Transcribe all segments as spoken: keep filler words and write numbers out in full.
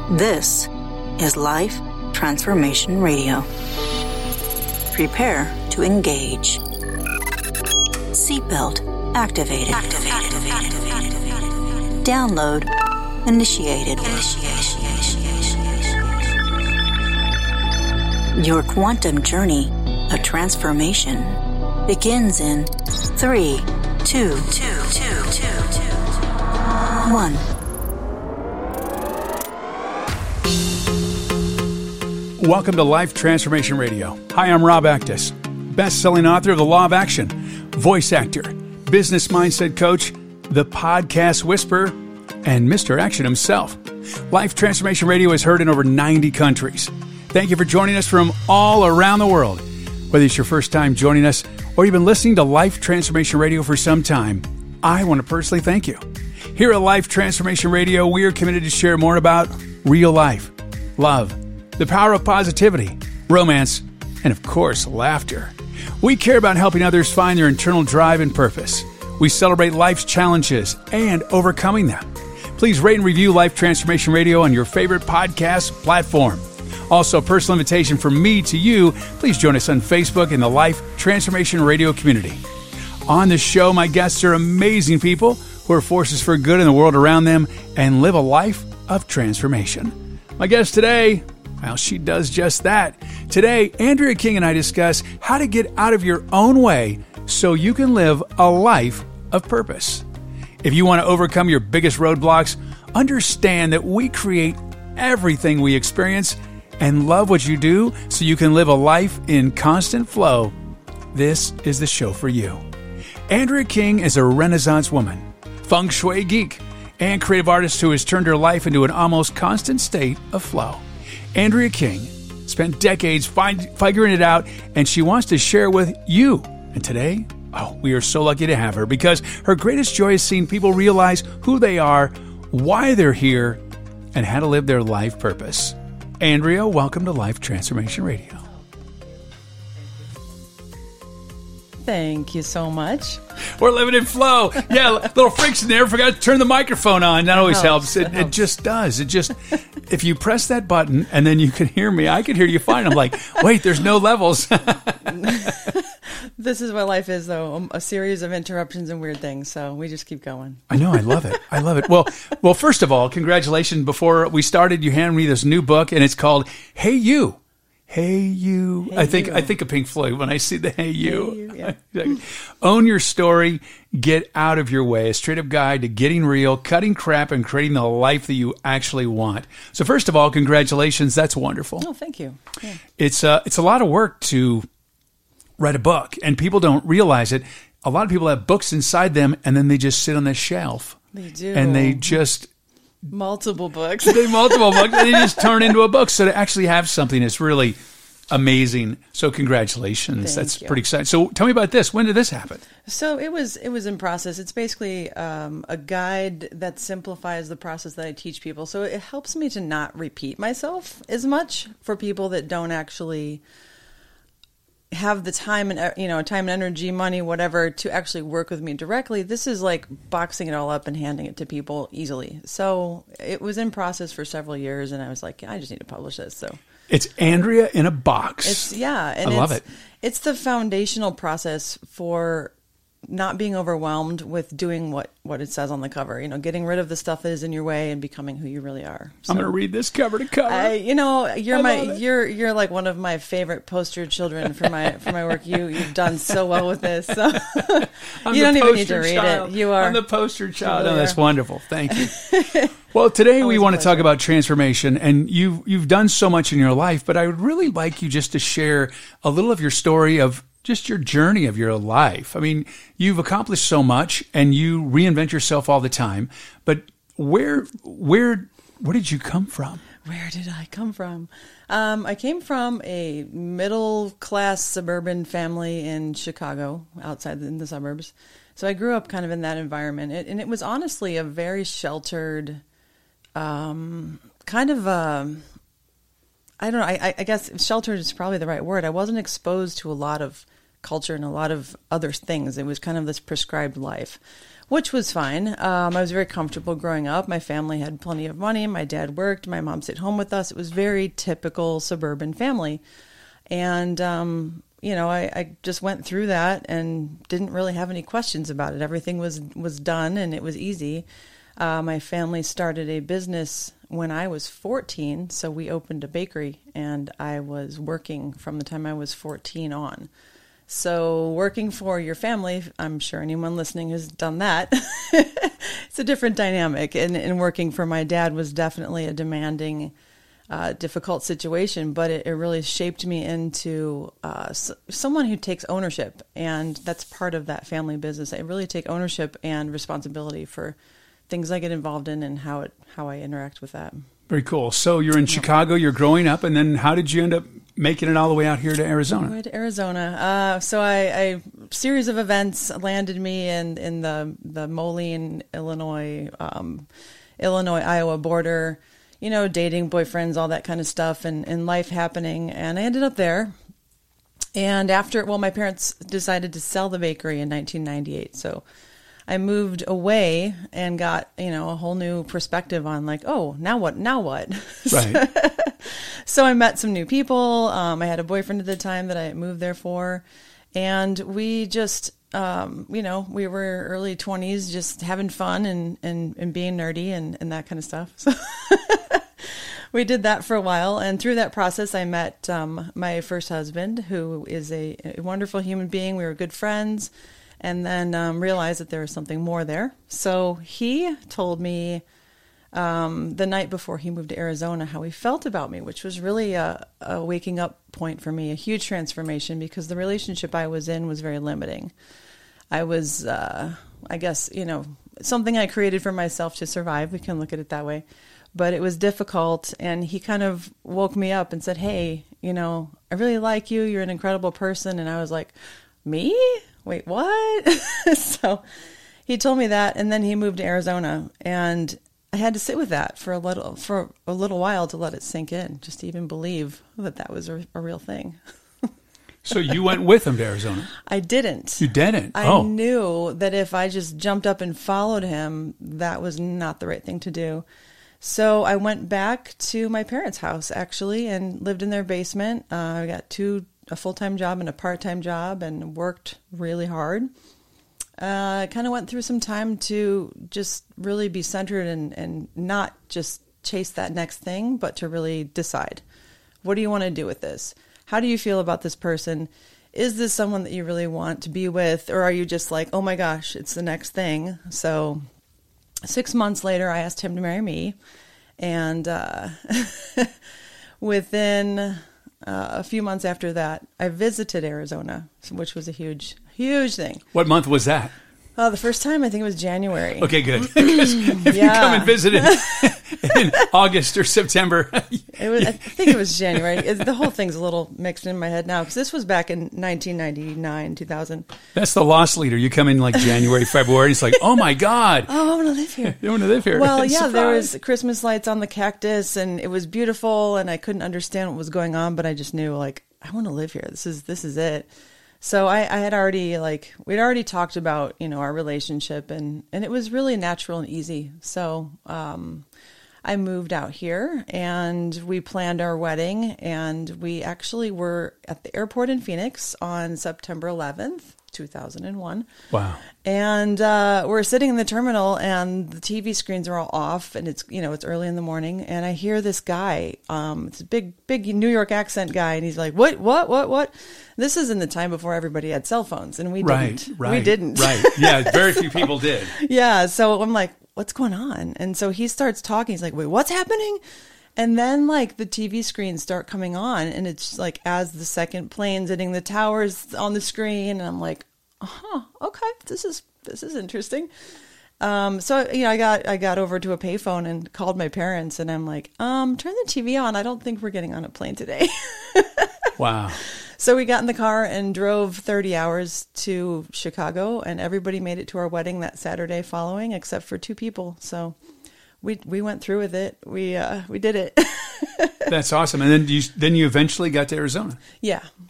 This is Life Transformation Radio. Prepare to engage. Seatbelt activated. Activated. Download initiated. Your quantum journey of transformation begins in three, two, two, two, two, two, one. Welcome to Life Transformation Radio. Hi, I'm Rob Actis, best-selling author of The Law of Action, voice actor, business mindset coach, the podcast whisperer, and Mister Action himself. Life Transformation Radio is heard in over ninety countries. Thank you for joining us from all around the world. Whether it's your first time joining us or you've been listening to Life Transformation Radio for some time, I want to personally thank you. Here at Life Transformation Radio, we are committed to share more about real life, love, the power of positivity, romance, and of course, laughter. We care about helping others find their internal drive and purpose. We celebrate life's challenges and overcoming them. Please rate and review Life Transformation Radio on your favorite podcast platform. Also, a personal invitation from me to you, please join us on Facebook in the Life Transformation Radio community. On the show, my guests are amazing people who are forces for good in the world around them and live a life of transformation. My guest today, well, she does just that. Today, Andrea King and I discuss how to get out of your own way so you can live a life of purpose. If you want to overcome your biggest roadblocks, understand that we create everything we experience and love what you do so you can live a life in constant flow. This is the show for you. Andrea King is a Renaissance woman, feng shui geek, and creative artist who has turned her life into an almost constant state of flow. Andrea King spent decades find, figuring it out, and she wants to share with you. And today, oh, we are so lucky to have her because her greatest joy is seeing people realize who they are, why they're here, and how to live their life purpose. Andrea, welcome to Life Transformation Radio. Thank you so much. We're living in flow. Yeah, little freaks in there forgot to turn the microphone on. That always helps. helps. It, helps. it just does. It just, if you press that button and then you can hear me, I can hear you fine. I'm like, wait, there's no levels. This is what life is, though, a series of interruptions and weird things. So we just keep going. I know. I love it. I love it. Well, well, first of all, congratulations. Before we started, you handed me this new book, and it's called Hey You. Hey You. Hey I think you. I think of Pink Floyd when I see the Hey You. Hey you yeah. Exactly. Own your story. Get out of your way. A straight up guide to getting real, cutting crap, and creating the life that you actually want. So first of all, congratulations. That's wonderful. Oh, thank you. Yeah. It's uh, it's a lot of work to write a book, and people don't realize it. A lot of people have books inside them, and then they just sit on the shelf. They do. And they just... Multiple books. they multiple books. And they just turn into a book. So to actually have something is really amazing. So congratulations. Thank That's you. pretty exciting. So tell me about this. When did this happen? So it was it was in process. It's basically um, a guide that simplifies the process that I teach people. So it helps me to not repeat myself as much for people that don't actually have the time and, you know, time and energy, money, whatever, to actually work with me directly. This is like boxing it all up and handing it to people easily. So it was in process for several years, and I was like, I just need to publish this. So It's Andrea in a box. it's, yeah. And I love it's, it. It's the foundational process for not being overwhelmed with doing what, what it says on the cover, you know, getting rid of the stuff that is in your way and becoming who you really are. So, I'm going to read this cover to cover. I, you know, you're I my, love it. you're, you're like one of my favorite poster children for my, for my work. You, you've done so well with this. So I'm you the don't even need to poster read child. it. You are. I'm the poster child. really Oh, that's are. wonderful. Thank you. Well, today we Always a want to talk pleasure. about transformation, and you've, you've done so much in your life, but I would really like you just to share a little of your story of just your journey of your life. I mean, you've accomplished so much and you reinvent yourself all the time, but where, where, where did you come from? Where did I come from? Um, I came from a middle-class suburban family in Chicago, outside in the suburbs. So I grew up kind of in that environment, it, and it was honestly a very sheltered, um, kind of a, I don't know, I, I guess sheltered is probably the right word. I wasn't exposed to a lot of culture and a lot of other things. It was kind of this prescribed life. which was fine. Um, I was very comfortable growing up. My family had plenty of money. My dad worked. My mom stayed home with us. It was very typical suburban family. And, um, you know, I, I just went through that and didn't really have any questions about it. Everything was, was done and it was easy. Uh, my family started a business when I was fourteen, so we opened a bakery, and I was working from the time I was fourteen on. So working for your family, I'm sure anyone listening has done that. It's a different dynamic, and, and working for my dad was definitely a demanding, uh, difficult situation, but it, it really shaped me into uh, s- someone who takes ownership, and that's part of that family business. I really take ownership and responsibility for things I get involved in and how it how I interact with that. Very cool. So you're in yeah. Chicago, you're growing up, and then how did you end up making it all the way out here to Arizona? Way to Arizona. Uh, so I, a series of events landed me in, in the, the Moline, Illinois, um, Illinois-Iowa border, you know, dating, boyfriends, all that kind of stuff, and, and life happening. And I ended up there. And after, well, my parents decided to sell the bakery in nineteen ninety-eight. So I moved away and got, you know, a whole new perspective on like, oh, now what, now what? Right. So I met some new people. Um, I had a boyfriend at the time that I moved there for. And we just, um, you know, we were early twenties, just having fun and, and, and being nerdy and, and that kind of stuff. So we did that for a while. And through that process, I met um, my first husband, who is a, a wonderful human being. We were good friends. And then um, realized that there was something more there. So he told me um, the night before he moved to Arizona how he felt about me, which was really a, a waking up point for me, a huge transformation, because the relationship I was in was very limiting. I was, uh, I guess, you know, something I created for myself to survive. We can look at it that way. But it was difficult. And he kind of woke me up and said, hey, you know, I really like you. You're an incredible person. And I was like, me? Wait, what? So he told me that, and then he moved to Arizona, and I had to sit with that for a little for a little while to let it sink in, just to even believe that that was a, a real thing. So you went with him to Arizona? I didn't. You didn't? I oh. knew that if I just jumped up and followed him, that was not the right thing to do. So I went back to my parents' house, actually, and lived in their basement. Uh, I got two a full-time job and a part-time job and worked really hard. Uh, I kind of went through some time to just really be centered and, and not just chase that next thing, but to really decide, what do you want to do with this? How do you feel about this person? Is this someone that you really want to be with? Or are you just like, oh my gosh, it's the next thing? So six months later, I asked him to marry me. And uh, within... Uh, a few months after that, I visited Arizona, which was a huge, huge thing. What month was that? Uh, the first time, I think it was January. Okay, good. Because if yeah. you come and visit in, in August or September. it was, I think it was January. It, the whole thing's a little mixed in my head now, because this was back in nineteen ninety-nine, two thousand. That's the loss leader. You come in like January, February, and it's like, oh my God. Oh, I want to live here. You want to live here. Well, yeah, Surprise. There was Christmas lights on the cactus, and it was beautiful, and I couldn't understand what was going on, but I just knew, like, I want to live here. This is this is it. So I, I had already, like, we'd already talked about, you know, our relationship, and, and it was really natural and easy. So um, I moved out here, and we planned our wedding, and we actually were at the airport in Phoenix on September eleventh, two thousand one. Wow. And uh, we're sitting in the terminal, and the T V screens are all off, and it's, you know, it's early in the morning, and I hear this guy, um, it's a big, big New York accent guy, and he's like, what, what, what, what? This is in the time before everybody had cell phones, and we didn't. Right, right, we didn't. Right. Yeah, very few people did. Yeah, so I'm like, what's going on? And so he starts talking. He's like, wait, what's happening? And then, like, the T V screens start coming on, and it's like as the second plane's hitting the towers on the screen, and I'm like, uh-huh, okay, this is this is interesting. Um, so, you know, I got I got over to a payphone and called my parents, and I'm like, um, turn the T V on. I don't think we're getting on a plane today. Wow. So we got in the car and drove thirty hours to Chicago, and everybody made it to our wedding that Saturday following, except for two people. So we we went through with it. We uh, we did it. That's awesome. And then you then you eventually got to Arizona. Yeah,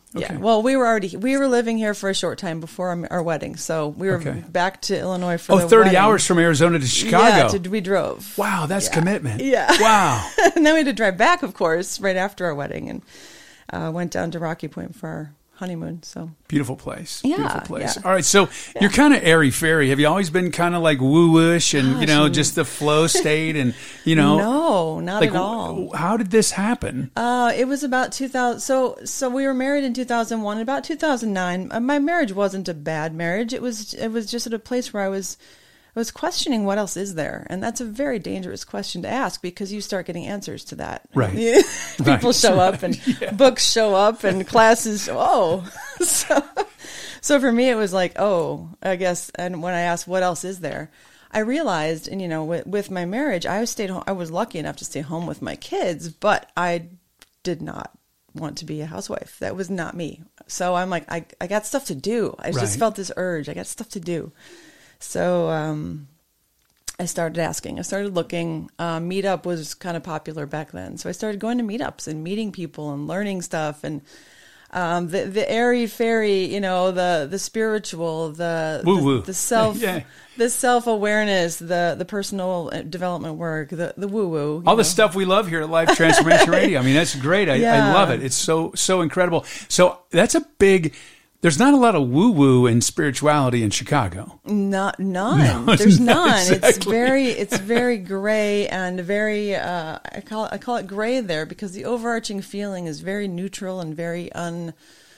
Okay. Yeah. Well, we were already we were living here for a short time before our, our wedding, so we were Okay. back to Illinois for Oh, the thirty wedding. hours from Arizona to Chicago. Yeah, to, we drove. Wow, that's Yeah. commitment. Yeah. Wow. And then we had to drive back, of course, right after our wedding, and uh, went down to Rocky Point for our honeymoon. So Beautiful place. Yeah, Beautiful place. yeah. All right, so you're kind of airy-fairy. Have you always been kind of like woo-wooish and, you Gosh, know, and- just the flow state and, you know. no, not like, at all. w- how did this happen? Uh, it was about two thousand. So, so we were married in two thousand one. About two thousand nine, uh, my marriage wasn't a bad marriage. It was, it was just at a place where I was, I was questioning what else is there, and that's a very dangerous question to ask because you start getting answers to that. Right. People Right. show up, and Yeah. books show up, and classes. Oh, so, so for me, it was like, oh, I guess. And when I asked what else is there, I realized, and you know, with, with my marriage, I stayed home. I was lucky enough to stay home with my kids, but I did not want to be a housewife. That was not me. So I'm like, I, I got stuff to do. I Right. just felt this urge. I got stuff to do. So um, I started asking. I started looking. Uh, Meetup was kind of popular back then. So I started going to meetups and meeting people and learning stuff. And um, the the airy fairy, you know, the the spiritual, the Woo woo. the, the self, Yeah. the self awareness, the the personal development work, the the woo woo. All the stuff we love here at Life Transformation Radio. I mean, that's great. I, I Yeah. love it. It's so, so incredible. So that's a big, there's not a lot of woo-woo in spirituality in Chicago. Not none. No, There's no, none. It's exactly. very it's very gray and very uh, I call it, I call it gray there because the overarching feeling is very neutral and very un.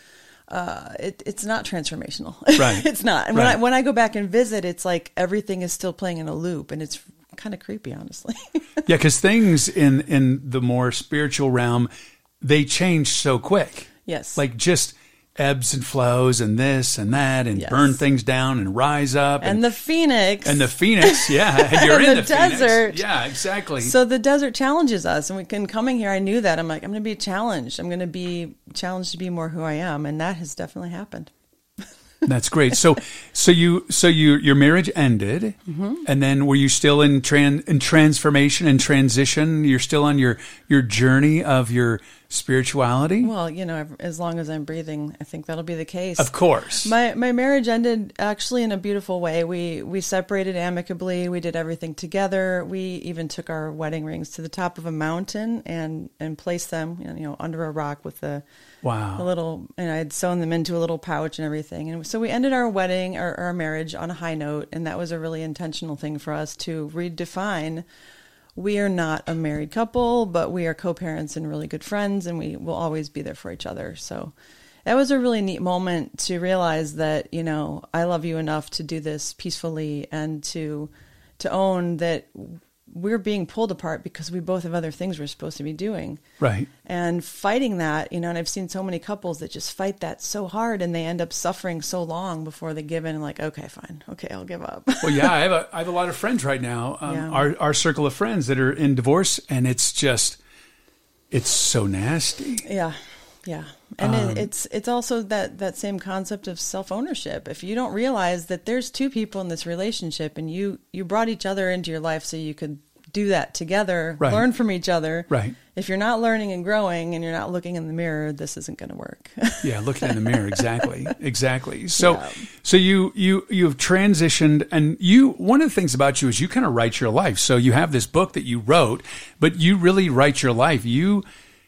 Uh, it, it's not transformational. Right. It's not. And when Right. I when I go back and visit, it's like everything is still playing in a loop, and it's kind of creepy, honestly. Yeah, because things in, in the more spiritual realm, they change so quick. Yes. Like just ebbs and flows and this and that and Yes. burn things down and rise up. and the phoenix. And the Phoenix, yeah. And you're And in the the, Phoenix. desert. Yeah, exactly. So the desert challenges us, and we can coming here. I knew that. I'm like, I'm going to be challenged. I'm going to be challenged to be more who I am, and that has definitely happened. That's great. So, so you, so you, your marriage ended, Mm-hmm. and then were you still in tran, in transformation and transition? You're still on your, your journey of your spirituality? Well, you know, as long as I'm breathing, I think that'll be the case. Of course. My my marriage ended actually in a beautiful way. We we separated amicably. We did everything together. We even took our wedding rings to the top of a mountain and and placed them, you know, under a rock with a, Wow. a little. And I had sewn them into a little pouch and everything. And so we ended our wedding, our, our marriage, on a high note, and that was a really intentional thing for us to redefine. We are not a married couple, but we are co-parents and really good friends, and we will always be there for each other. So that was a really neat moment to realize that, you know, I love you enough to do this peacefully and to to own that we're being pulled apart because we both have other things we're supposed to be doing. Right. And fighting that, you know, and I've seen so many couples that just fight that so hard and they end up suffering so long before they give in and like, okay, fine. Okay, I'll give up. Well, yeah, I have a, I have a lot of friends right now, um, Yeah. our, our circle of friends that are in divorce, and it's just, it's so nasty. Yeah, yeah, and Um, it, it's it's also that that same concept of self ownership. If you don't realize that there's two people in this relationship, and you you brought each other into your life so you could do that together, Right. learn from each other. Right. If you're not learning and growing, and you're not looking in the mirror, this isn't going to work. Yeah, looking in the mirror, exactly, exactly. So, Yeah. so you you you've transitioned, and you. One of the things about you is you kind of write your life. So you have this book that you wrote, but you really write your life. You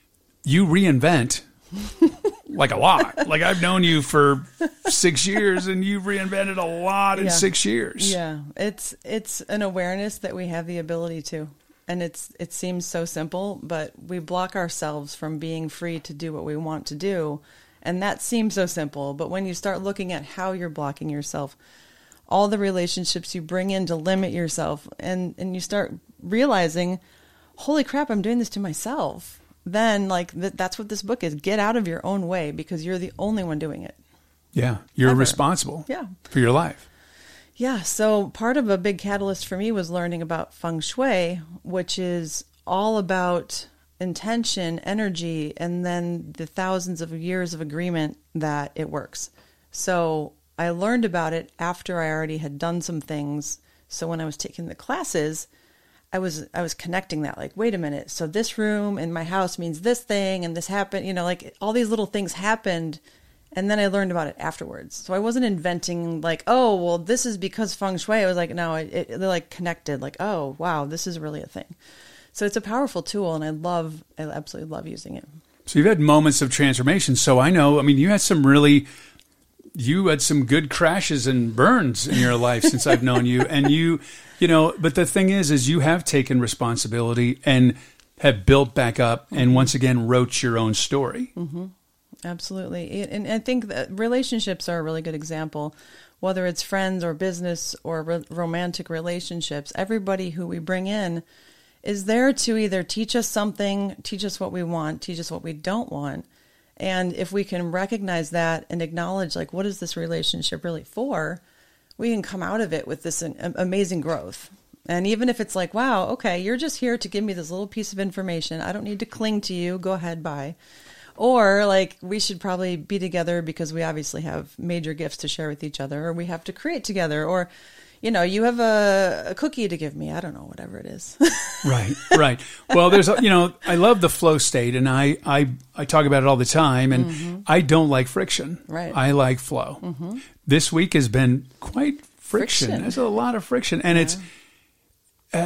you reinvent like a lot. Like I've known you for six years, and you've reinvented a lot in Yeah. six years. Yeah, it's it's an awareness that we have the ability to, and it's it seems so simple, but we block ourselves from being free to do what we want to do, and that seems so simple. But when you start looking at how you're blocking yourself, all the relationships you bring in to limit yourself, and and you start realizing, holy crap, I'm doing this to myself. Then like th- that's what this book is. Get out of your own way because you're the only one doing it. Yeah, you're Ever. responsible. Yeah. For your life. Yeah, so part of a big catalyst for me was learning about feng shui, which is all about intention, energy, and then the thousands of years of agreement that it works. So I learned about it after I already had done some things. So when I was taking the classes, I was I was connecting that, like, wait a minute, so this room in my house means this thing, and this happened, you know, like all these little things happened, and then I learned about it afterwards. So I wasn't inventing like, oh, well, this is because feng shui. I was like, no, it, it, they're like connected, like, oh, wow, this is really a thing. So it's a powerful tool, and I love, I absolutely love using it. So you've had moments of transformation. So I know, I mean, you had some really, you had some good crashes and burns in your life since I've known you. And you, you know, but the thing is, is you have taken responsibility and have built back up mm-hmm. and once again wrote your own story. Mm-hmm. Absolutely. And I think that relationships are a really good example, whether it's friends or business or re- romantic relationships. Everybody who we bring in is there to either teach us something, teach us what we want, teach us what we don't want. And if we can recognize that and acknowledge, like, what is this relationship really for, we can come out of it with this amazing growth. And even if it's like, wow, okay, you're just here to give me this little piece of information. I don't need to cling to you. Go ahead, bye. Or like, we should probably be together because we obviously have major gifts to share with each other, or we have to create together, or, you know, you have a, a cookie to give me. I don't know, whatever it is. Right, right. Well, there's, you know, I love the flow state, and I, I, I talk about it all the time, and mm-hmm. I don't like friction. Right. I like flow. Mm-hmm. This week has been quite friction. friction. There's a lot of friction. And yeah. it's, uh,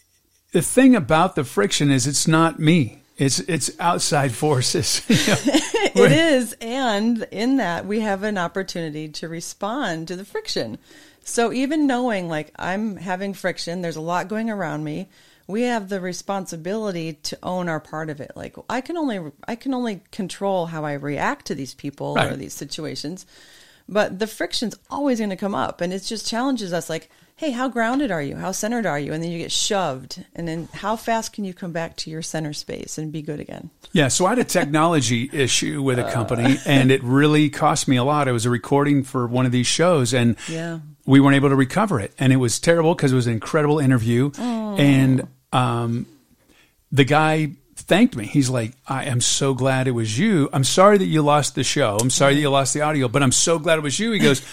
the thing about the friction is it's not me. It's it's outside forces. You know? It is. And in that, we have an opportunity to respond to the friction. So even knowing, like, I'm having friction, there's a lot going around me, we have the responsibility to own our part of it. Like, I can only I can only control how I react to these people right. or these situations. But the friction's always going to come up. And it just challenges us, like, hey, how grounded are you? How centered are you? And then you get shoved. And then how fast can you come back to your center space and be good again? Yeah, so I had a technology issue with a company, uh. and it really cost me a lot. It was a recording for one of these shows, and yeah. we weren't able to recover it. And it was terrible because it was an incredible interview. Oh. And um, the guy thanked me. He's like, I am so glad it was you. I'm sorry that you lost the show. I'm sorry that you lost the audio, but I'm so glad it was you. He goes,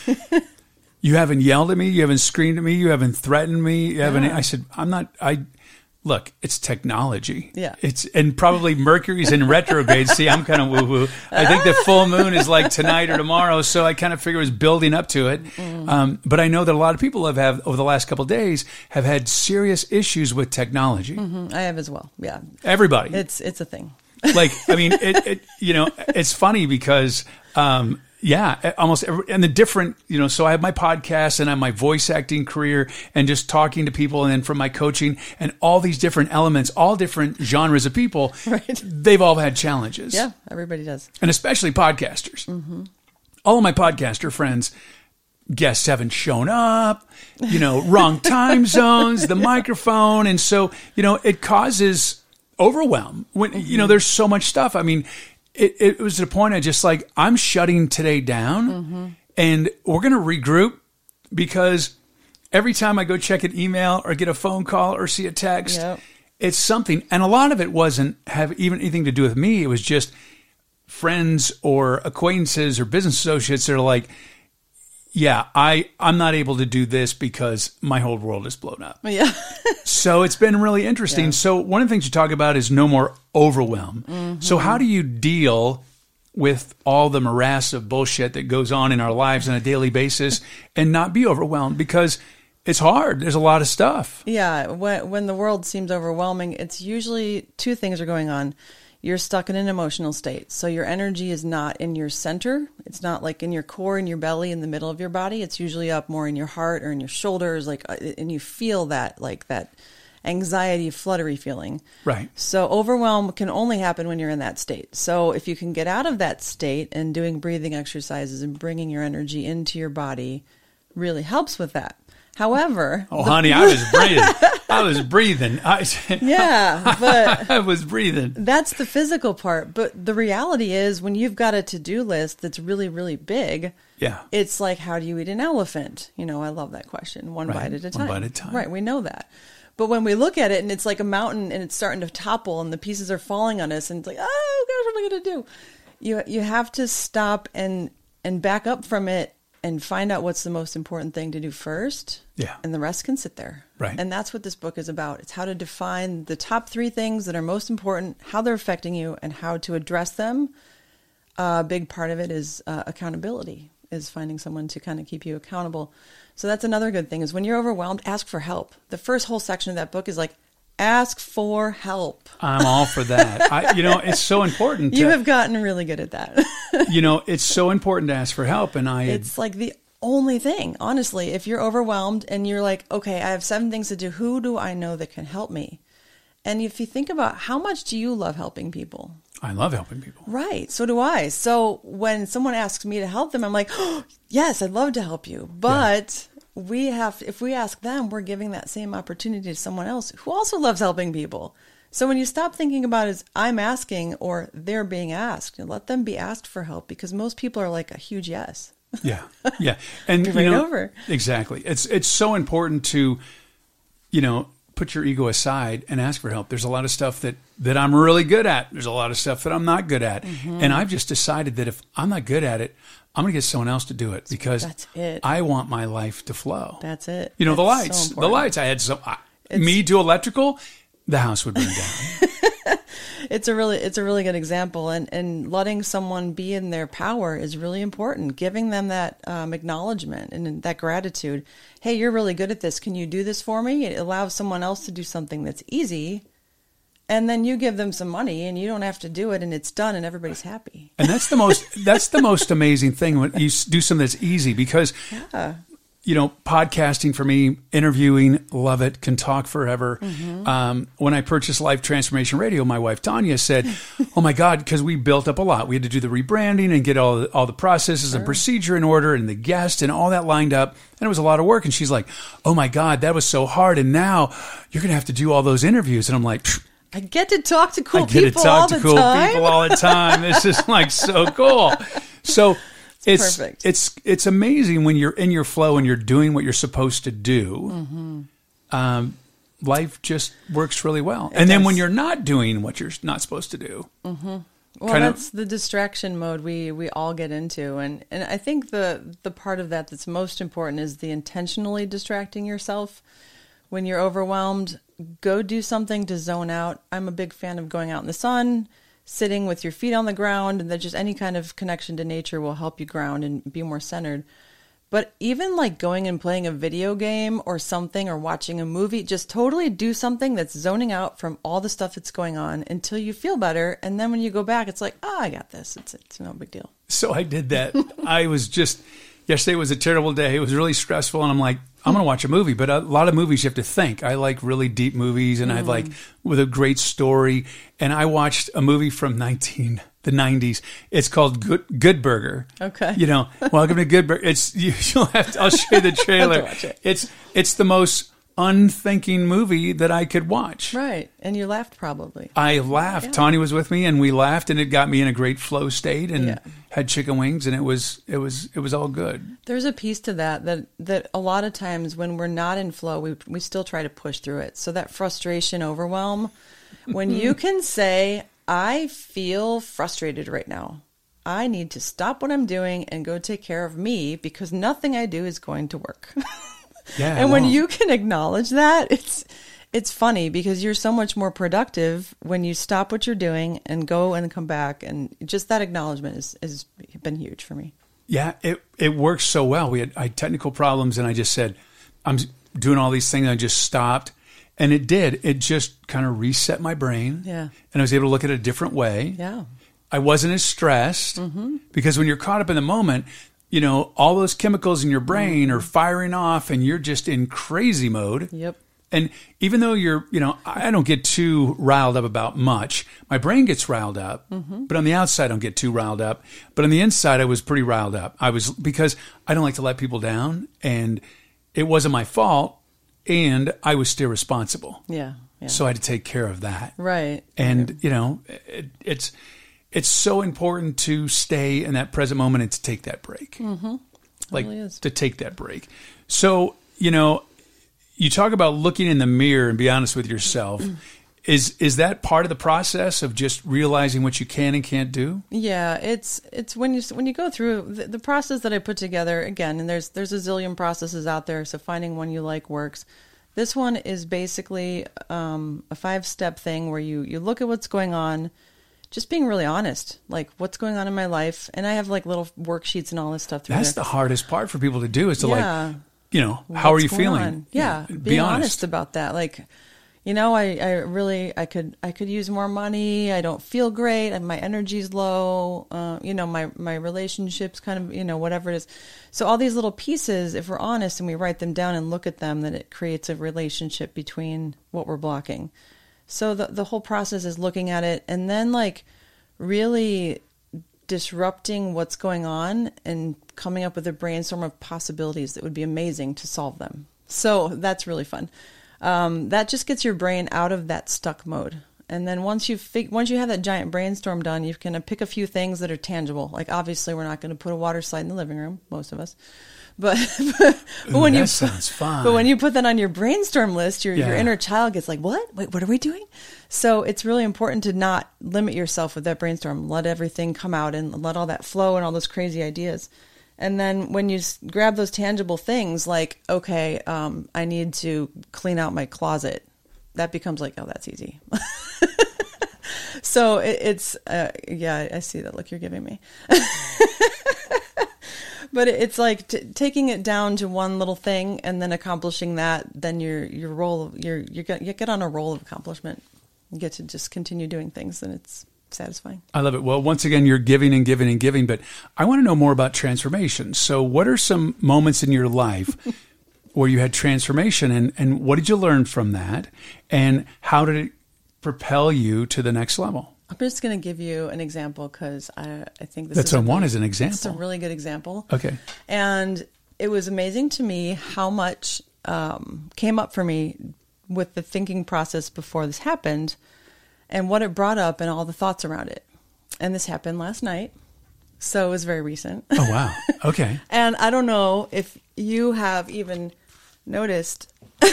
you haven't yelled at me. You haven't screamed at me. You haven't threatened me. You haven't. Yeah. I said, I'm not, I, look, it's technology. Yeah. It's, and probably Mercury's in retrograde. See, I'm kind of woo woo. I think the full moon is like tonight or tomorrow. So I kind of figure it was building up to it. Mm. Um, but I know that a lot of people have, have over the last couple of days have had serious issues with technology. Mm-hmm. I have as well. Yeah. Everybody. It's, it's a thing. Like, I mean, it, it, you know, it's funny because, um, yeah, almost every, and the different, you know, so I have my podcast and I have my voice acting career and just talking to people, and then from my coaching and all these different elements, all different genres of people, right. They've all had challenges. Yeah, everybody does. And especially podcasters. Mm-hmm. All of my podcaster friends, guests haven't shown up, you know, wrong time zones, the microphone. And so, you know, it causes overwhelm when, mm-hmm. you know, there's so much stuff. I mean, It, it was to the point I just like, I'm shutting today down mm-hmm. and we're going to regroup, because every time I go check an email or get a phone call or see a text, yep. it's something. And a lot of it wasn't have even anything to do with me. It was just friends or acquaintances or business associates that are like, yeah, I, I'm not able to do this because my whole world is blown up. Yeah. So it's been really interesting. Yeah. So one of the things you talk about is no more overwhelm. Mm-hmm. So how do you deal with all the morass of bullshit that goes on in our lives on a daily basis and not be overwhelmed? Because it's hard. There's a lot of stuff. Yeah. When, when the world seems overwhelming, it's usually two things are going on. You're stuck in an emotional state. So your energy is not in your center. It's not like in your core, in your belly, in the middle of your body. It's usually up more in your heart or in your shoulders, like, and you feel that, like that anxiety, fluttery feeling. Right. So overwhelm can only happen when you're in that state. So if you can get out of that state and doing breathing exercises and bringing your energy into your body really helps with that. However, oh, the, honey, I was breathing. I was breathing. I, yeah, but I was breathing. That's the physical part. But the reality is, when you've got a to-do list that's really, really big, yeah, it's like, how do you eat an elephant? You know, I love that question. One right. bite at a time. One bite at a time. Right. We know that. But when we look at it and it's like a mountain and it's starting to topple and the pieces are falling on us and it's like, oh gosh, what am I going to do? You you have to stop and and back up from it and find out what's the most important thing to do first. Yeah. And the rest can sit there. Right. And that's what this book is about. It's how to define the top three things that are most important, how they're affecting you, and how to address them. Uh, a big part of it is uh, accountability, is finding someone to kind of keep you accountable. So that's another good thing, is when you're overwhelmed, ask for help. The first whole section of that book is like, ask for help. I'm all for that. I, you know, it's so important. To, you have gotten really good at that. you know, it's so important to ask for help. And I, it's like the only thing, honestly, if you're overwhelmed and you're like, okay, I have seven things to do. Who do I know that can help me? And if you think about how much do you love helping people? I love helping people. Right. So do I. So when someone asks me to help them, I'm like, oh, yes, I'd love to help you. But yeah. we have, if we ask them, we're giving that same opportunity to someone else who also loves helping people. So when you stop thinking about it as I'm asking or they're being asked, let them be asked for help, because most people are like a huge yes. Yeah. Yeah. And right you know, over. Exactly. It's, it's so important to, you know, put your ego aside and ask for help. There's a lot of stuff that, that I'm really good at. There's a lot of stuff that I'm not good at. Mm-hmm. And I've just decided that if I'm not good at it, I'm going to get someone else to do it, because That's it. I want my life to flow. That's it. You know, That's the lights, so the lights I had, so I, It's- me do electrical, the house would burn down. It's a really, it's a really good example, and, and letting someone be in their power is really important. Giving them that um, acknowledgement and that gratitude. Hey, you're really good at this. Can you do this for me? It allows someone else to do something that's easy, and then you give them some money, and you don't have to do it, and it's done, and everybody's happy. And that's the most, that's the most amazing thing when you s- do something that's easy, because Yeah. you know, podcasting for me, interviewing, love it, can talk forever. Mm-hmm. Um, when I purchased Life Transformation Radio, my wife, Tanya, said, oh my God, because we built up a lot. We had to do the rebranding and get all the, all the processes sure. and procedure in order and the guest and all that lined up. And it was a lot of work. And she's like, oh my God, that was so hard. And now you're going to have to do all those interviews. And I'm like, I get to talk to cool I get people to talk all to the cool time. people all the time. This is like so cool. So It's Perfect. it's it's amazing when you're in your flow and you're doing what you're supposed to do. Mm-hmm. Um, life just works really well. It and then does. when you're not doing what you're not supposed to do, mm-hmm. well, kind that's of, the distraction mode we we all get into, and and I think the the part of that that's most important is the intentionally distracting yourself when you're overwhelmed. Go do something to zone out. I'm a big fan of going out in the sun, sitting with your feet on the ground, and that just any kind of connection to nature will help you ground and be more centered. But even like going and playing a video game or something, or watching a movie, just totally do something that's zoning out from all the stuff that's going on until you feel better. And then when you go back, it's like, oh, I got this. It's, it's no big deal. so I did that. I was just, yesterday was a terrible day. It was really stressful. And I'm like, I'm going to watch a movie. But a lot of movies you have to think. I like really deep movies, and mm. I like with a great story. And I watched a movie from nineteen the nineties. It's called Good, Good Burger. Okay. You know, welcome to Good Burger. It's you, you'll have to, I'll show you the trailer. watch it. It's it's the most unthinking movie that I could watch. Right. And you laughed probably. I laughed. Yeah. Tanya was with me, and we laughed, and it got me in a great flow state, and yeah. had chicken wings, and it was it was it was all good. There's a piece to that that that a lot of times when we're not in flow, we we still try to push through it. So that frustration, overwhelm, when you can say, I feel frustrated right now. I need to stop what I'm doing and go take care of me, because nothing I do is going to work. Yeah, and when you can acknowledge that, it's it's funny, because you're so much more productive when you stop what you're doing and go and come back. And just that acknowledgement is has been huge for me. Yeah, it it works so well. We had, I had technical problems, and I just said, I'm doing all these things. And I just stopped, and it did. It just kind of reset my brain. Yeah, and I was able to look at it a different way. Yeah, I wasn't as stressed, mm-hmm. because when you're caught up in the moment, you know, all those chemicals in your brain are firing off, and you're just in crazy mode. Yep. And even though you're, you know, I don't get too riled up about much. My brain gets riled up, mm-hmm. but on the outside, I don't get too riled up. But on the inside, I was pretty riled up. I was, because I don't like to let people down, and it wasn't my fault, and I was still responsible. Yeah. yeah. So I had to take care of that. Right. And, right. you know, it, it's, It's so important to stay in that present moment and to take that break. Mm-hmm. Like really is. to take that break. So, you know, you talk about looking in the mirror and be honest with yourself. is is that part of the process of just realizing what you can and can't do? Yeah, it's it's when you when you go through the, the process that I put together again, and there's there's a zillion processes out there, so finding one you like works. This one is basically um, a five-step thing where you you look at what's going on, just being really honest, like what's going on in my life, and I have like little worksheets and all this stuff through That's there. the hardest part for people to do is to Yeah. like, you know, how are What's you going feeling? on? Yeah, be being honest. honest about that. Like, you know, I, I really, I could, I could use more money. I don't feel great, and my energy's low. Uh, you know, my my relationships, kind of, you know, whatever it is. So all these little pieces, if we're honest and we write them down and look at them, then it creates a relationship between what we're blocking. So the the whole process is looking at it and then like really disrupting what's going on and coming up with a brainstorm of possibilities that would be amazing to solve them. So that's really fun. Um, that just gets your brain out of that stuck mode. And then once you fig- once you have that giant brainstorm done, you can pick a few things that are tangible. Like obviously, we're not going to put a water slide in the living room, most of us. But, but Ooh, when that you sounds fun. But when you put that on your brainstorm list, your Yeah. your inner child gets like, "What? Wait, what are we doing?" So it's really important to not limit yourself with that brainstorm. Let everything come out and let all that flow and all those crazy ideas. And then when you s- grab those tangible things, like, okay, um, I need to clean out my closet, that becomes like, oh, that's easy. So it, it's, uh, yeah, I see that look you're giving me. But it's like t- taking it down to one little thing and then accomplishing that. Then your your role, your you get you get on a roll of accomplishment. You get to just continue doing things, and it's satisfying. I love it. Well, once again, you're giving and giving and giving, but I want to know more about transformation. So what are some moments in your life where you had transformation, and, and what did you learn from that? And how did it propel you to the next level? I'm just going to give you an example because I, I think this That's is what a I want really- as an example. It's a really good example. Okay. And it was amazing to me how much um, came up for me with the thinking process before this happened and what it brought up and all the thoughts around it. And this happened last night. So it was very recent. Oh, wow. Okay. And I don't know if you have even noticed,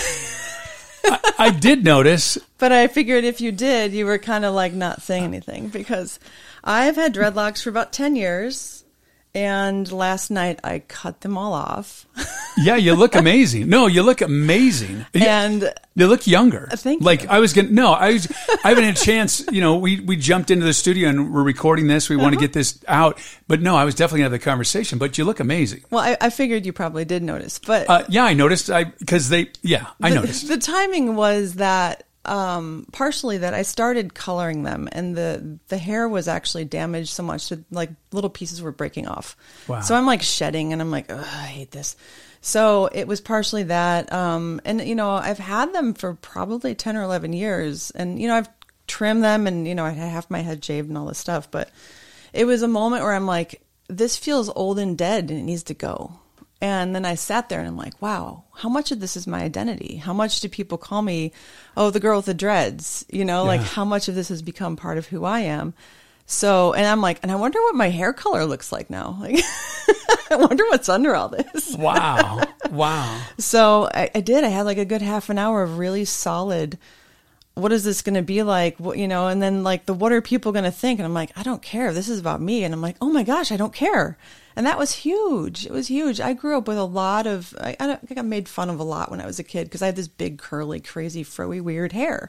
I, I did notice. but I figured if you did, you were kind of like not saying anything because I've had dreadlocks for about ten years. And last night I cut them all off. Yeah, you look amazing. No, you look amazing. You, And you look younger. Thank like you. I was going to, no, I was, I haven't had a chance, you know, we, we jumped into the studio and we're recording this. We want to Uh-huh. get this out. But no, I was definitely going to have the conversation, but you look amazing. well, I, I figured you probably did notice, but Uh, yeah, I noticed. I, cause they, yeah, I the, noticed. the timing was that um, partially that I started coloring them, and the the hair was actually damaged so much that like little pieces were breaking off. Wow. So I'm like shedding, and I'm like, ugh, I hate this. So it was partially that, um, and you know, I've had them for probably ten or eleven years, and you know, I've trimmed them, and you know, I have my head shaved and all this stuff, but it was a moment where I'm like, this feels old and dead, and it needs to go. And then I sat there and I'm like, wow, how much of this is my identity? How much do people call me, oh, the girl with the dreads? You know, like Yeah. how much of this has become part of who I am? So, and I'm like, and I wonder what my hair color looks like now. Like, I wonder what's under all this. Wow. Wow. So I, I did. I had like a good half an hour of really solid, what is this going to be like? What, you know, and then like the, what are people going to think? And I'm like, I don't care. This is about me. And I'm like, oh my gosh, I don't care. And that was huge. It was huge. I grew up with a lot of, I, I, don't, I got made fun of a lot when I was a kid because I had this big curly, crazy, froey, weird hair.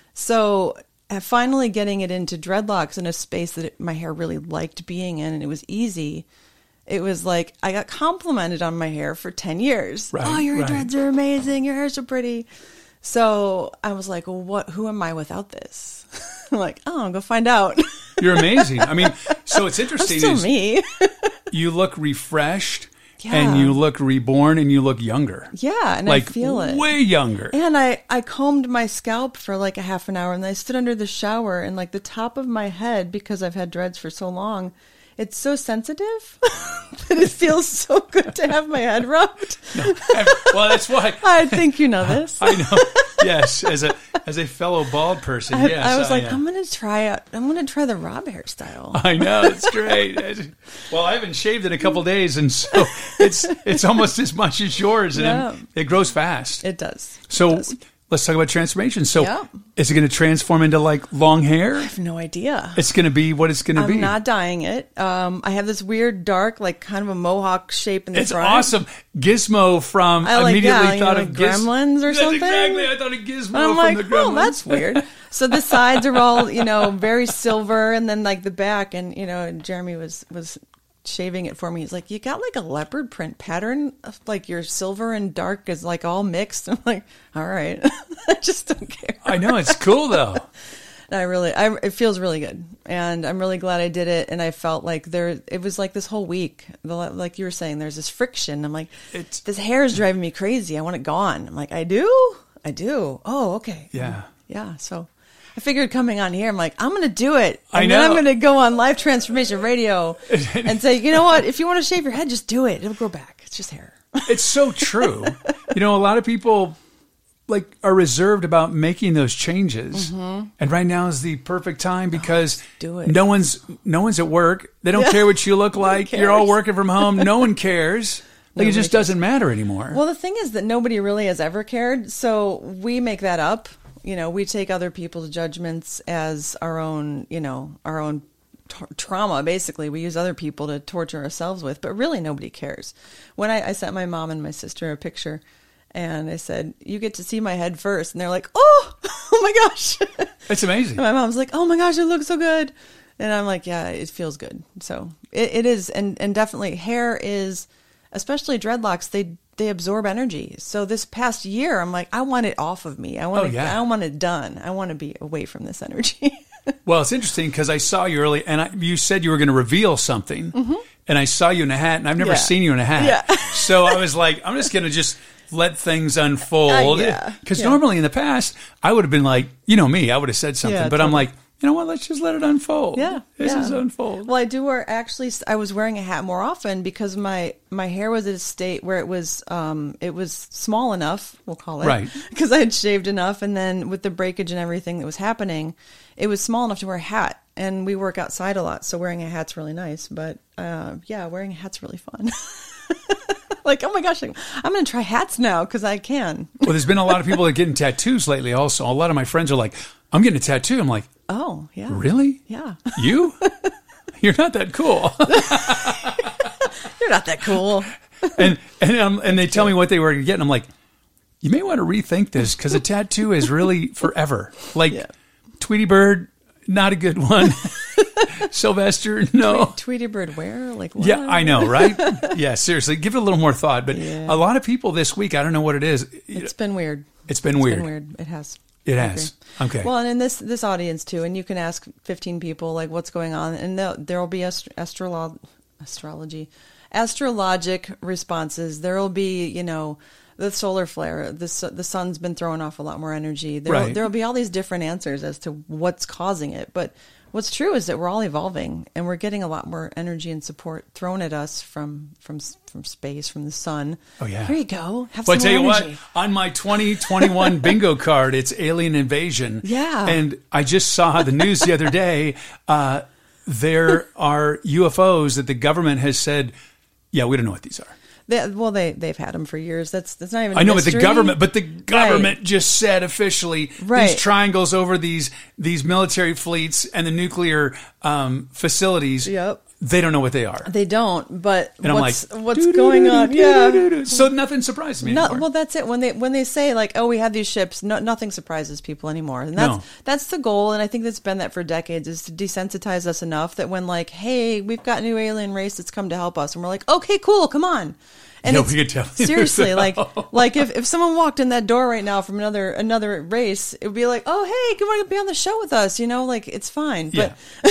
So uh, finally getting it into dreadlocks in a space that it, my hair really liked being in, and it was easy. It was like I got complimented on my hair for ten years. Right, oh, your right. dreads are amazing. Your hair's so pretty. So I was like, well, what, who am I without this? I'm like, oh, I'll go find out. You're amazing. I mean, so it's I'm interesting. still is me. you look refreshed Yeah. and you look reborn and you look younger. Yeah, and like I feel it. way younger. And I, I combed my scalp for like a half an hour, and I stood under the shower, and like the top of my head, because I've had dreads for so long, it's so sensitive that it feels so good to have my head rubbed. Well, that's why I think you know this. I know. Yes, as a as a fellow bald person, I, yes, I was like, am. I'm gonna try out. I'm gonna try the Rob hairstyle. I know, it's great. Well, I haven't shaved in a couple days, and so it's it's almost as much as yours, and Yeah. it grows fast. It does. So It does. let's talk about transformation. So Yep. is it going to transform into like long hair? I have no idea. It's going to be what it's going to I'm be. not dyeing it. Um, I have this weird dark, like kind of a mohawk shape in the It's front. awesome. Gizmo from I like, immediately yeah, you thought know, of like Giz- Gremlins or That's something. exactly. I thought of Gizmo And I'm from like, the Gremlins. oh, that's weird. So the sides are all, you know, very silver, and then like the back, and you know, Jeremy was was shaving it for me. He's like, you got like a leopard print pattern, like your silver and dark is like all mixed. I'm like, all right, I just don't care. I know, it's cool though. I really, I, it feels really good, and I'm really glad I did it. And I felt like there, it was like this whole week, the, like you were saying, there's this friction. I'm like, It's- this hair is driving me crazy. I want it gone. I'm like, I do, I do. Oh, okay, Yeah. yeah. So I figured coming on here, I'm like, I'm going to do it. And I then I'm know. going to go on Life Transformation Radio and say, you know what? If you want to shave your head, just do it. It'll grow back. It's just hair. It's so true. You know, a lot of people like are reserved about making those changes, and right now is the perfect time because do it. no one's no one's at work. They don't care what you look like. You're all cares. working from home. No one cares. Like it Nobody just cares. doesn't matter anymore. Well, the thing is that nobody really has ever cared. So we make that up. You know, we take other people's judgments as our own, you know, our own t- trauma. Basically, we use other people to torture ourselves with, but really nobody cares. When I, I sent my mom and my sister a picture, and I said, you get to see my head first. And they're like, oh, oh my gosh. It's amazing. And my mom's like, oh my gosh, it looks so good. And I'm like, yeah, it feels good. So it, it is. And, and definitely hair is, especially dreadlocks, they they absorb energy. So this past year, I'm like, I want it off of me. I want Oh, it, yeah. I want it done. I want to be away from this energy. Well, it's interesting because I saw you early, and I, you said you were going to reveal something, and I saw you in a hat, and I've never Yeah. seen you in a hat. Yeah. So I was like, I'm just going to just let things unfold. Uh, yeah. Because Yeah. normally in the past, I would have been like, you know me, I would have said something, Yeah, but I'm totally. like, you know what? Let's just let it unfold. Yeah, This yeah. is unfold. Well, I do wear, actually, I was wearing a hat more often because my, my hair was at a state where it was, um, it was small enough, we'll call it. Right. Because I had shaved enough. And then with the breakage and everything that was happening, it was small enough to wear a hat. And we work outside a lot, so wearing a hat's really nice. But, uh, yeah, wearing a hat's really fun. Like, oh my gosh, I'm going to try hats now because I can. Well, there's been a lot of people that are getting tattoos lately also. A lot of my friends are like, I'm getting a tattoo. I'm like, Oh, yeah. really? Yeah. You? You're not that cool. You're not that cool. and and um, and they tell me what they were going to get, and I'm like, you may want to rethink this because a tattoo is really forever. Like Yeah. Tweety Bird, not a good one. Sylvester, no. Tweety Bird where? Like, what? Yeah, I know, right? Yeah, seriously, give it a little more thought. But Yeah. a lot of people this week, I don't know what it is. It's been weird. It's been It's weird. been weird. It has. It I has. agree. Okay. Well, and in this this audience too, and you can ask fifteen people like what's going on, and there will be astro- astrolo- astrology, astrologic responses. There will be, you know, the solar flare. The su- the sun's been throwing off a lot more energy. There Right. there will be all these different answers as to what's causing it. But what's true is that we're all evolving, and we're getting a lot more energy and support thrown at us from from from space, from the sun. Oh, yeah. Here you go. Have Well, I some tell you more what, energy. on my twenty twenty-one bingo card, it's alien invasion. Yeah. And I just saw the news the other day. Uh, there are U F Os that the government has said, yeah, we don't know what these are. They, well, they they've had them for years. That's that's not even. I know, but mystery. the government, but the government Right. just said officially Right. these triangles over these these military fleets and the nuclear um, facilities. Yep. They don't know what they are. They don't. But And I'm what's like, what's going on? Yeah. So nothing surprised me No, anymore. well, that's it. When they when they say like, "Oh, we have these ships," no, nothing surprises people anymore, and that's No. that's the goal. And I think that's been that for decades is to desensitize us enough that when like, "Hey, we've got a new alien race that's come to help us," and we're like, "Okay, cool, come on." And Yeah, it's, we could tell you seriously, so. like, like if, if someone walked in that door right now from another another race, it would be like, "Oh, hey, come on, be on the show with us," you know, like it's fine. Yeah. But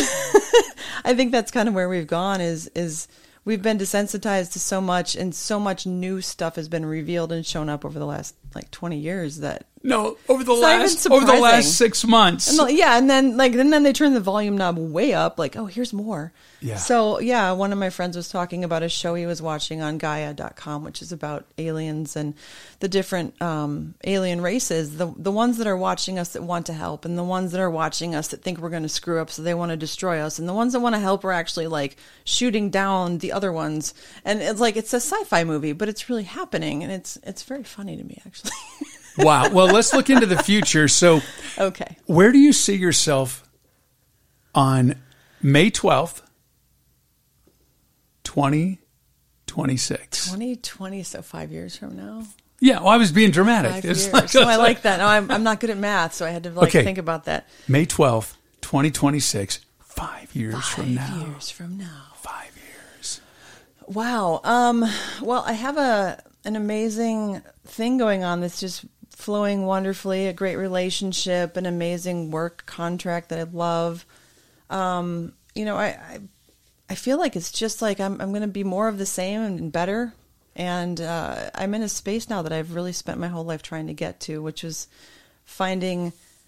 I think that's kind of where we've gone is is we've been desensitized to so much, and so much new stuff has been revealed and shown up over the last like twenty years that No, over the It's not even last over the surprising. last six months. and the- yeah, and then like and then they turn the volume knob way up, like, oh, here's more. Yeah. So yeah, one of my friends was talking about a show he was watching on Gaia dot com, which is about aliens and the different um, alien races, the the ones that are watching us that want to help, and the ones that are watching us that think we're going to screw up, so they want to destroy us, and the ones that want to help are actually like shooting down the other ones, and it's like it's a sci-fi movie, but it's really happening, and it's it's very funny to me actually. Wow. Well, let's look into the future. So, okay. Where do you see yourself on May twelfth, twenty twenty-six? twenty twenty, so five years from now. Yeah, well, I was being dramatic. Five It's years. like- so I like that. No, I'm, I'm not good at math, so I had to like Okay. think about that. May twelfth, twenty twenty-six, five years Five from now. years from now. Five years. Wow. Um, well, I have a an amazing thing going on that's just flowing wonderfully, a great relationship, an amazing work contract that I love. Um, you know, I, I I feel like it's just like I'm I'm going to be more of the same and better. And uh, I'm in a space now that I've really spent my whole life trying to get to, which is finding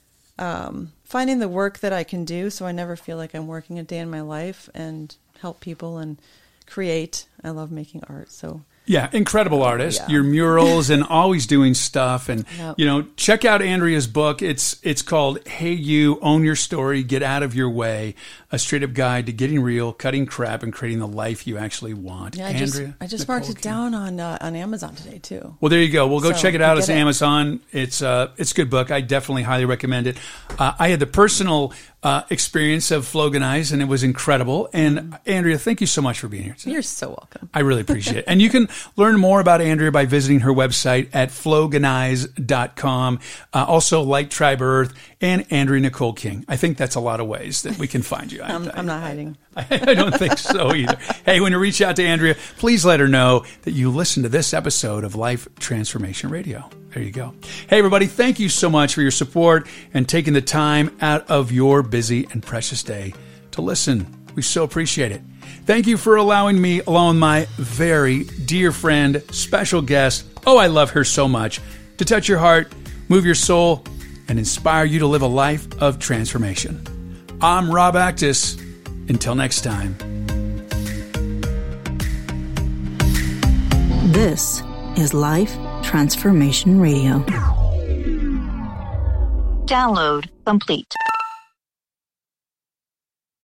um, finding the work that I can do, so I never feel like I'm working a day in my life, and help people and create. I love making art, so. Yeah, incredible artist. Yeah. Your murals and always doing stuff. And, Yep. you know, check out Andrea's book. It's it's called Hey You, Own Your Story, Get Out of Your Way, a straight up guide to getting real, cutting crap, and creating the life you actually want. Yeah, I just, Andrea, I just Nicole marked it King. down on uh, on Amazon today too. Well, there you go. We'll go So, check it out. get It's it. Amazon. It's uh, it's a good book. I definitely highly recommend it. Uh, I had the personal uh, experience of Floganize, and it was incredible. And Andrea, thank you so much for being here today. You're so welcome. I really appreciate it. And you can learn more about Andrea by visiting her website at floganize dot com. Uh, also, like Tribe Earth and Andrea Nicole King. I think that's a lot of ways that we can find you. I, I'm, I, I'm not hiding. I, I don't think so either. Hey, when you reach out to Andrea, please let her know that you listened to this episode of Life Transformation Radio. There you go. Hey, everybody, thank you so much for your support and taking the time out of your busy and precious day to listen. We so appreciate it. Thank you for allowing me, along with my very dear friend, special guest, oh, I love her so much, to touch your heart, move your soul, and inspire you to live a life of transformation. I'm Rob Actis. Until next time. This is Life Transformation Radio. Download complete.